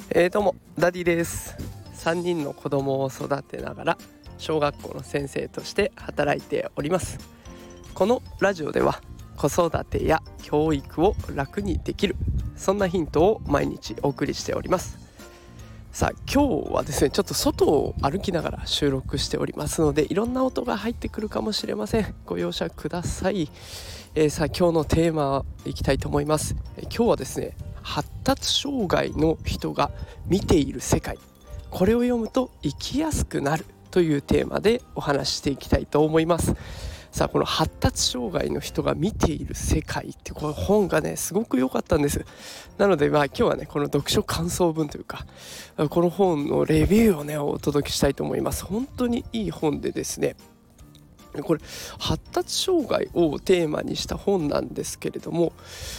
どうもダディです。3人の子供を育てながら小学校の先生として働いております。このラジオでは子育てや教育を楽にできる、そんなヒントを毎日お送りしております。さあ今日はですね、ちょっと外を歩きながら収録しておりますので、いろんな音が入ってくるかもしれません。ご容赦ください。さあ今日のテーマいきたいと思います。今日はですね、発達障害の人が見ている世界、これを読むと生きやすくなるというテーマでお話ししていきたいと思います。さあこの発達障害の人が見ている世界ってこの本がねすごく良かったんです。なので今日はねこの読書感想文というかこの本のレビューをねお届けしたいと思います。本当にいい本でですね、これ発達障害をテーマにした本なんですけれども、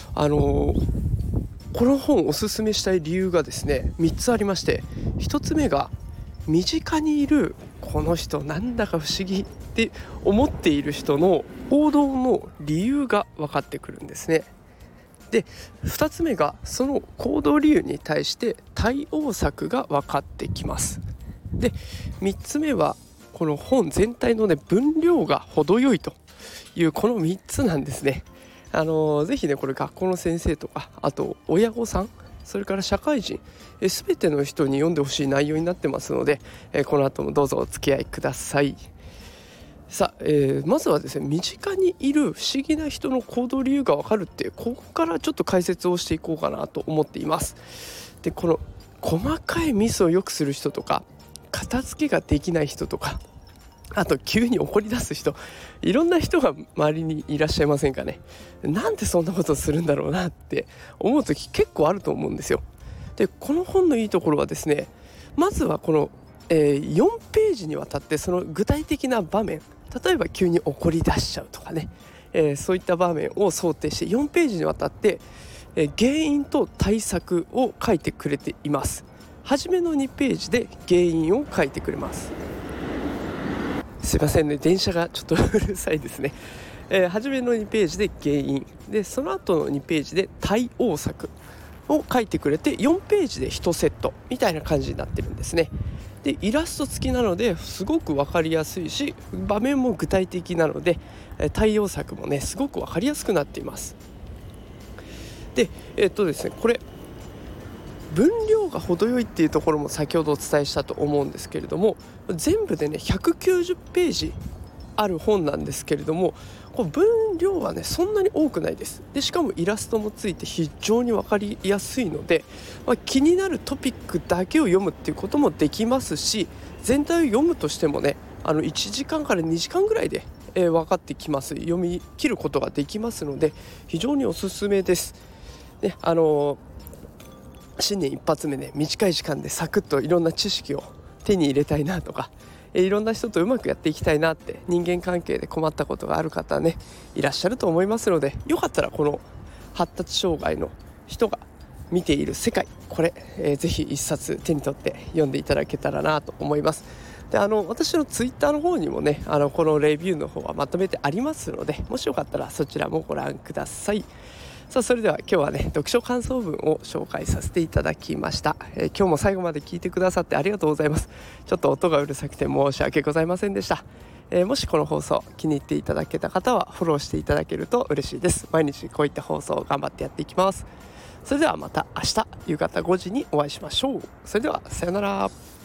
この本をおすすめしたい理由がですね3つありまして、1つ目が身近にいるこの人なんだか不思議って思っている人の行動の理由が分かってくるんですね。で2つ目がその行動理由に対して対応策が分かってきます。で3つ目はこの本全体のね分量が程よいというこの3つなんですね。ぜひねこれ学校の先生とか、あと親御さん、それから社会人、全ての人に読んでほしい内容になってますので、この後もどうぞお付き合いください。さあ、まずはですね、身近にいる不思議な人の行動理由がわかるっていう、ここからちょっと解説をしていこうかなと思っています。でこの細かいミスをよくする人とか、片付けができない人とか、あと急に怒り出す人、いろんな人が周りにいらっしゃいませんかね。なんでそんなことをするんだろうなって思う時結構あると思うんですよ。でこの本のいいところはですね、まずはこの、4ページにわたってその具体的な場面、例えば急に怒り出しちゃうとかね、そういった場面を想定して4ページにわたって、原因と対策を書いてくれています。初めの2ページで原因を書いてくれます。すいませんね、電車がちょっとうるさいですね。初めの2ページで原因で、その後の2ページで対応策を書いてくれて、4ページで1セットみたいな感じになってるんですね。でイラスト付きなのですごく分かりやすいし、場面も具体的なので対応策もねすごく分かりやすくなっています。でですね、これ分量が程よいっていうところも先ほどお伝えしたと思うんですけれども、全部でね190ページある本なんですけれども、この分量はねそんなに多くないです。でしかもイラストもついて非常に分かりやすいので、気になるトピックだけを読むっていうこともできますし、全体を読むとしてもね1時間から2時間ぐらいで、分かってきます。読み切ることができますので非常におすすめです。ね、新年一発目ね、短い時間でサクッといろんな知識を手に入れたいなとか、いろんな人とうまくやっていきたいなって、人間関係で困ったことがある方ねいらっしゃると思いますので、よかったらこの発達障害の人が見ている世界、これ、ぜひ一冊手に取って読んでいただけたらなと思います。で私のツイッターの方にもねこのレビューの方はまとめてありますので、もしよかったらそちらもご覧ください。さあそれでは今日はね読書感想文を紹介させていただきました。今日も最後まで聞いてくださってありがとうございます。ちょっと音がうるさくて申し訳ございませんでした。もしこの放送気に入っていただけた方はフォローしていただけると嬉しいです。毎日こういった放送を頑張ってやっていきます。それではまた明日夕方5時にお会いしましょう。それではさよなら。